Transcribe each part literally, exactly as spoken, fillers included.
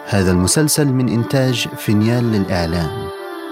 هذا المسلسل من إنتاج فينيال للإعلام.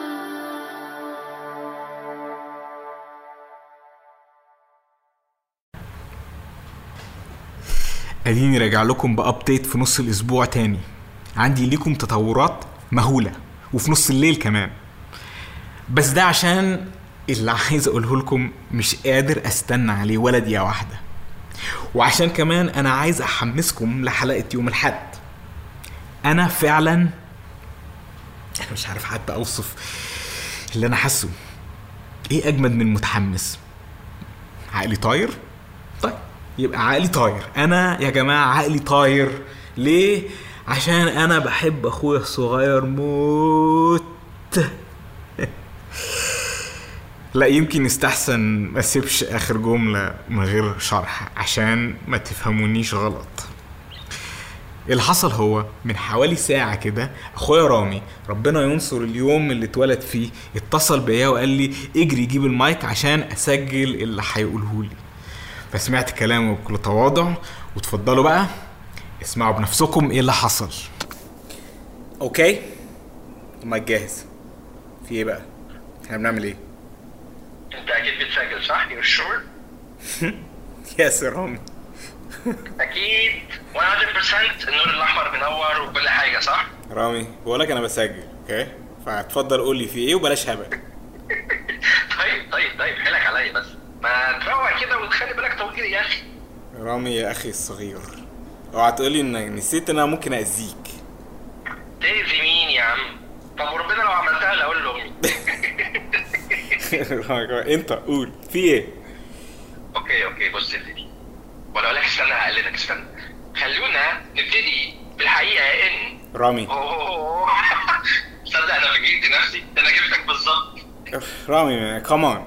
اديني راجع لكم بأبديت في نص الاسبوع تاني. عندي ليكم تطورات مهولة وفي نص الليل كمان، بس ده عشان اللي عايز اقوله لكم مش قادر استنى عليه ولا دقيقة واحدة، وعشان كمان انا عايز احمسكم لحلقة يوم الحد. انا فعلا انا مش عارف حتى اوصف اللي انا حاسه. ايه اجمد من متحمس؟ عقلي طاير. طيب يبقى عقلي طاير. انا يا جماعة عقلي طاير ليه؟ عشان انا بحب اخويا الصغير موت. لا يمكن يستحسن ما اسيبش اخر جملة من غير شرح عشان ما تفهمونيش غلط. اللي حصل هو من حوالي ساعة كده اخويا رامي ربنا ينصر اليوم اللي اتولد فيه اتصل بيا وقال لي اجري جيب المايك عشان اسجل اللي هيقوله لي. فسمعت كلامه بكل تواضع، وتفضلوا بقى اسمعوا بنفسكم ايه اللي حصل. اوكي المايك جاهز. في ايه بقى؟ احنا بنعمل ايه؟ انت اكيد بتسجل صح؟ يور شور؟ يس رامي اكيد مية بالمية النور الاحمر بينور وكل حاجه صح؟ رامي بقولك انا بسجل. اوكي فاتفضل قول لي في ايه وبلاش هبل. طيب طيب طيب حلك عليا، بس ما تروق كده وتخلي بالك توجيه يا اخي. رامي يا اخي الصغير، اوعى تقولي انك نسيت ان انا ممكن اذيك. تاذي مين يا عم؟ طب وربنا لو عملتها لاقول لامي. انت قول في ايه؟ اوكي اوكي بص يا سيدي، ولا اقول لك استنى هقلدك استنى. خلونا نبتدي بالحقيقه ان رامي صدق انا فاجئت نفسي، انا جبتك بالظبط. رامي كمان.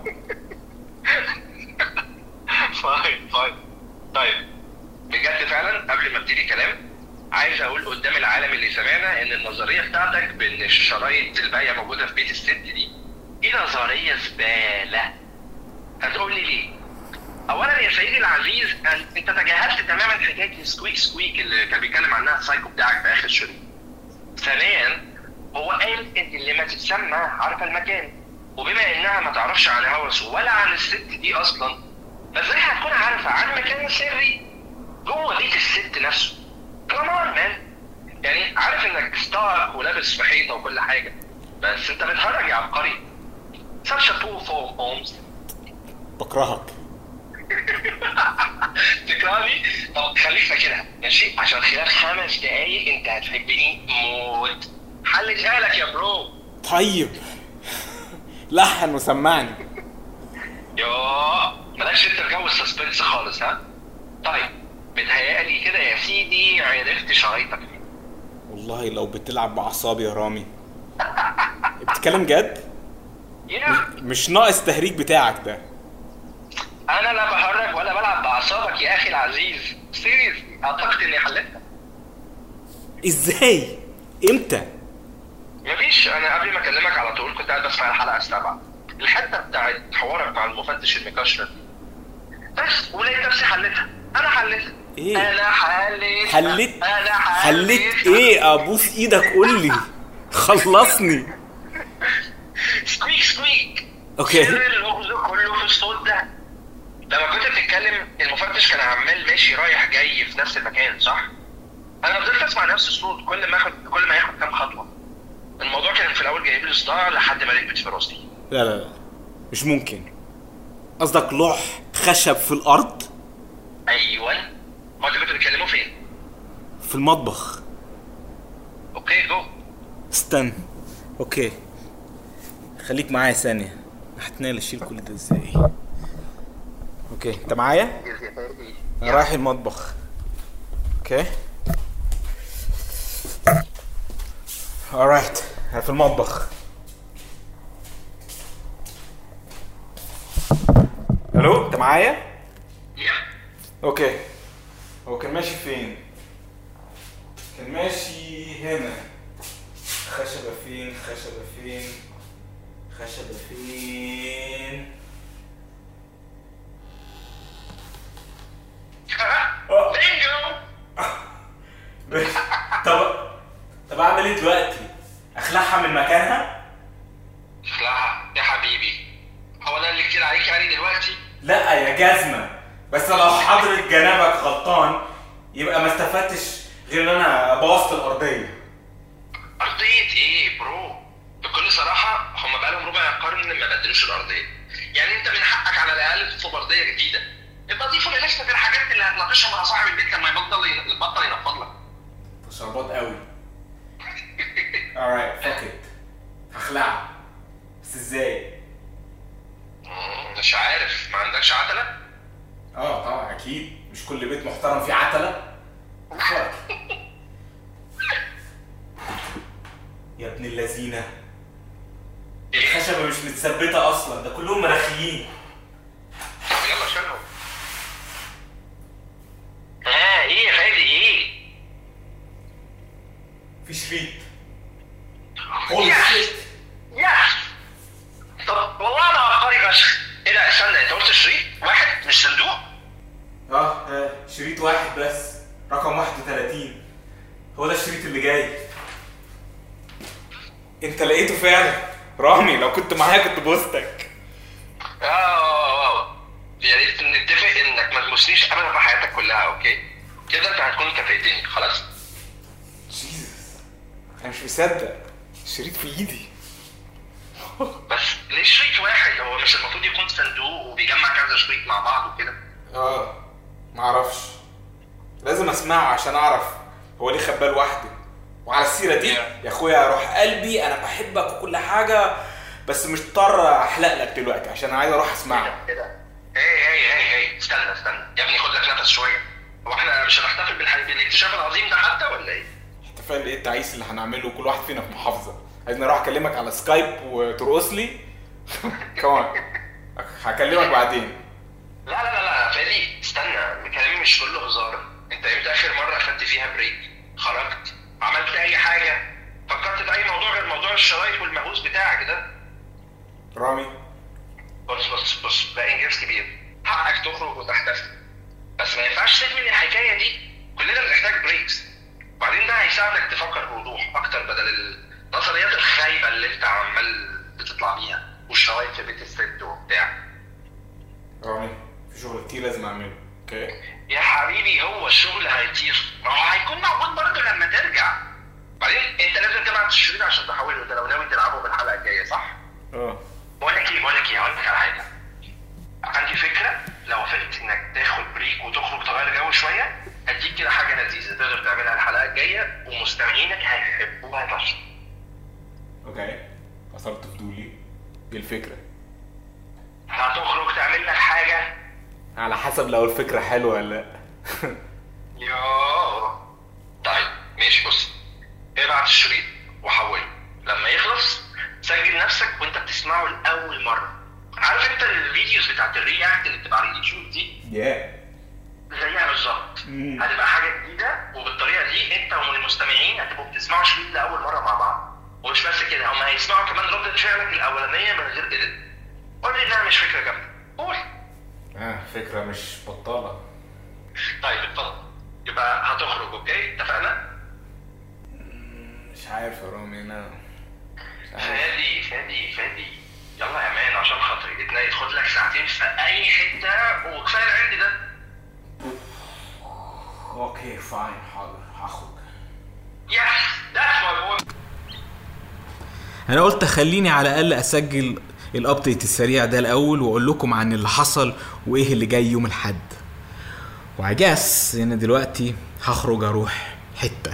فاين فاين. طيب بجد فعلا قبل ما ابتدي كلام عايز اقول قدام العالم اللي سمعنا ان النظريه بتاعتك بان الشرايط الباقيه موجوده في بيت الست دي دي نظريه زباله. هتقول لي ليه؟ اولا يا سيدي العزيز انت تجاهلت تماما حكايه السكويك سكويك اللي كان بيتكلم عنها السايكو بتاعك في اخر شريط. ثانيا هو قال ان اللي ما تتسمى عارفه المكان، وبما انها ما تعرفش عن هوس ولا عن الست دي اصلا، فازاي هتكون عارفه عن مكان سري جوه بيت الست نفسه؟ كمان مان، يعني عارف انك ستار ولابس في حيطه وكل حاجه، بس انت بتهرج يا عبقري. such a poor form homes. بكرهك. تكرهني؟ طب خليك فاكرها ماشي، عشان خلال خمس دقايق انت هتحبني موت. حلتها لك يا برو. طيب لحن وسمعني. يوه ملاش انت الجو السسبنس خالص ها. طيب بتهيألي كده يا سيدي عرفت شرايطك. والله لو بتلعب بعصابي يا رامي. بتتكلم جد؟ yeah. مش ناقص تهريج بتاعك ده. انا لا بهرج ولا بلعب بعصابك يا اخي العزيز. سيريس اعتقد اني حلتها. ازاي؟ امتى؟ مفيش، انا قبل ما اكلمك على طول كنت قاعد بسمع الحلقه السابعه، الحته بتاعت حوارك مع المفتش المكشر دي، بس ولقيت نفسي حلتها. انا حلتها. ايه؟ انا حلت حلت انا حلت ايه؟ ابوس ايدك قول لي خلصني. سكويك سكويك. اوكي سر اللغز كله في الصوت ده. لما كنت بتتكلم المفتش كان عمال ماشي رايح جاي في نفس المكان صح؟ انا فضلت اسمع نفس الصوت كل ما اخد كل ما ياخد كام خطوه. الموضوع كان في الاول جايب لي صداع لحد ما ركبت في راسي. لا لا لا مش ممكن. قصدك لوح خشب في الارض؟ ايوه. هو انتوا كنتوا بتتكلموا فين؟ في المطبخ. اوكي جو. استنى. اوكي خليك معايا ثانيه. هتنال اشيل كل ده ازاي؟ اوكي انت معايا؟ انا رايح المطبخ. اوكي alright انا في المطبخ. الو انت معايا؟ اوكي هو كان ماشي فين؟ كان ماشي هنا. خشبة فين؟ خشبة فين؟ خشبة فين؟ بينجو. طب طب اعمل ايه دلوقتي؟ اخلعها من مكانها؟ اخلعها يا حبيبي، هو ده اللي كتير عليك يعني دلوقتي؟ لا يا جزمة، بس لو حضرة جنابك غلطان يبقى ما استفدتش غير ان انا بوظت الارضية. ارضية ايه برو؟ بكل صراحة هم بقالهم ربع قرن ما بدلوش الارضية، يعني انت من حقك على الاقل تطلب ارضية جديدة. يبقى ضيفوا للاشتة في الحاجات اللي هتناقشها مع صاحب البيت لما يبطل يبطل ينفض لك. تشربات قوي. alright fuck it، هخلعها بس ازاي؟ مش عارف، ما عندكش عتلة؟ اه طبعا اكيد، مش كل بيت محترم فيه عتلة. يا ابن اللذينة، الخشبة مش متثبتة اصلا، ده كلهم مراخيين. طب يلا شيلهم. ها ايه يا فادي ايه؟ في شريط. يس يس. طب والله انا عبقري فشخ. ايه ده استنى، انت قلت شريط واحد مش صندوق؟ اه اه شريط واحد بس، رقم واحد وثلاثين، هو ده الشريط اللي جاي. انت لقيته فعلا رامي، لو كنت معايا كنت بوستك. اه يا ريت نتفق انك ما تبوسنيش ابدا في حياتك كلها، اوكي؟ كده انت هتكون كفايتني خلاص. جيزس انا مش مصدق، الشريط في ايدي. بس ليه شريط واحد؟ هو مش المفروض يكون صندوق وبيجمع كذا شريط مع بعض وكده؟ اه معرفش، لازم اسمعه عشان اعرف هو ليه خباه لوحده. وعلى السيره دي يا اخويا روح قلبي، انا بحبك وكل حاجه، بس مش مضطر احلق لك دلوقتي عشان عايز اروح اسمعه. كده هي هي هي هي استنى استنى يا ابني، خد لك نفس شويه. هو احنا مش هنحتفل بالاكتشاف العظيم ده حتى ولا ايه؟ احتفال ايه التعيس اللي هنعمله كل واحد فينا في محافظه؟ عايزني اروح اكلمك على سكايب وترقص لي؟ كمان هكلمك بعدين. لا لا لا لا فادي استنى، كلامي مش كله هزار. انت امتى اخر مره اخدت فيها بريك؟ خرجت؟ عملت اي حاجه؟ فكرت في اي موضوع غير موضوع الشرايط والمهووس بتاعك ده؟ رامي بص بص بص، ده انجاز كبير، حقك تخرج وتحتفل، بس ما ينفعش تدمن الحكايه دي. كلنا بنحتاج بريكس، وبعدين ده هيساعدك تفكر بوضوح اكتر بدل النظريات الخايبه اللي انت عمال بتطلع بيها والشرايط في بيت الست وبتاع. رامي في شغل كتير لازم اعمله، اوكي؟ يا حبيبي هو الشغل هيطير، ما هو هيكون موجود برضه لما ترجع. بعدين انت لازم تبعت الشريط عشان تحوله، ده لو ناوي تلعبه بالحلقه الجايه صح؟ اه بقول لك ايه بقول لك ايه هقول لك على حاجه. عندي فكره، لو وافقت انك تاخد بريك وتخرج تغير جو شويه، هديك كده حاجه لذيذه تقدر تعملها الحلقه الجايه ومستمعينك هيحبوها فشخ. اوكي اثرت فضولي، ايه الفكره؟ هتخرج تعمل لك حاجه على حسب لو الفكره حلوه ولا لا. يوه طيب ماشي، بص ابعت الشريط وحوله، لما يخلص سجل نفسك وانت بتسمعه لاول مره. عارف انت الفيديوز بتاعت الرياكت اللي بتبقى على اليوتيوب دي؟ ياه زيها بالظبط. هتبقى حاجه جديده، وبالطريقه دي انت والمستمعين هتبقوا بتسمعوا شريط لاول مره مع بعض. ومش بس كده، هم هيسمعوا كمان ردة فعلك الاولانيه من غير ايديت. قول لي انها مش فكره جامده، قول. اه فكره مش بطاله. طيب اتفضل، يبقى هتخرج اوكي؟ اتفقنا؟ مش عارف يا رامي، انا فادي فادي فادي يلا يا مان، عشان خاطري اتنين خد لك ساعتين في اي حته وكفايه العند ده. اوكي فاين حاضر هخرج. يس ذاتس ماي بوي. انا قلت خليني على الاقل اسجل الابديت السريع ده الاول واقول لكم عن اللي حصل وايه اللي جاي يوم الاحد. وعجاس ان دلوقتي هخرج اروح حته،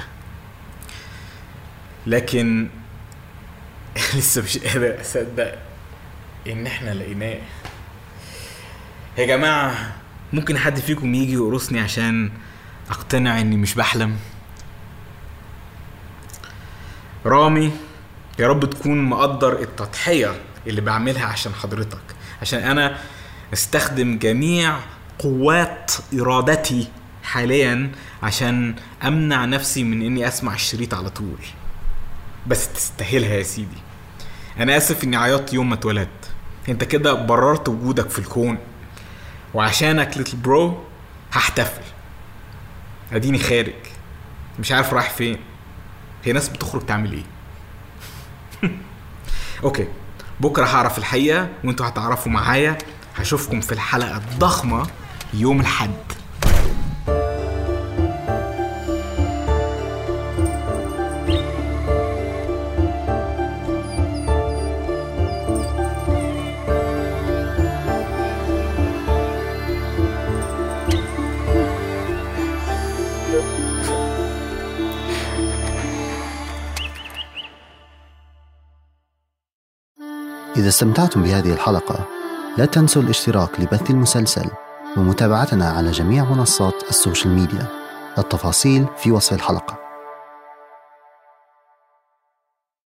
لكن لسه مش قادر اصدق ان احنا لقيناه. يا جماعه ممكن حد فيكم يجي يقرصني عشان اقتنع اني مش بحلم؟ رامي يا رب تكون مقدر التضحيه اللي بعملها عشان حضرتك، عشان انا استخدم جميع قوات ارادتي حاليا عشان امنع نفسي من اني اسمع الشريط على طول. بس تستاهلها يا سيدي. انا اسف اني عيطت يوم ما اتولدت، انت كده بررت وجودك في الكون، وعشانك ليتل برو هحتفل. اديني خارج مش عارف رايح فين، هي ناس بتخرج تعمل ايه؟ اوكي، بكره هعرف الحقيقه وانتوا هتعرفوا معايا. هشوفكم في الحلقه الضخمه يوم الحد. إذا استمتعتم بهذه الحلقة لا تنسوا الاشتراك لبث المسلسل ومتابعتنا على جميع منصات السوشيال ميديا. التفاصيل في وصف الحلقة.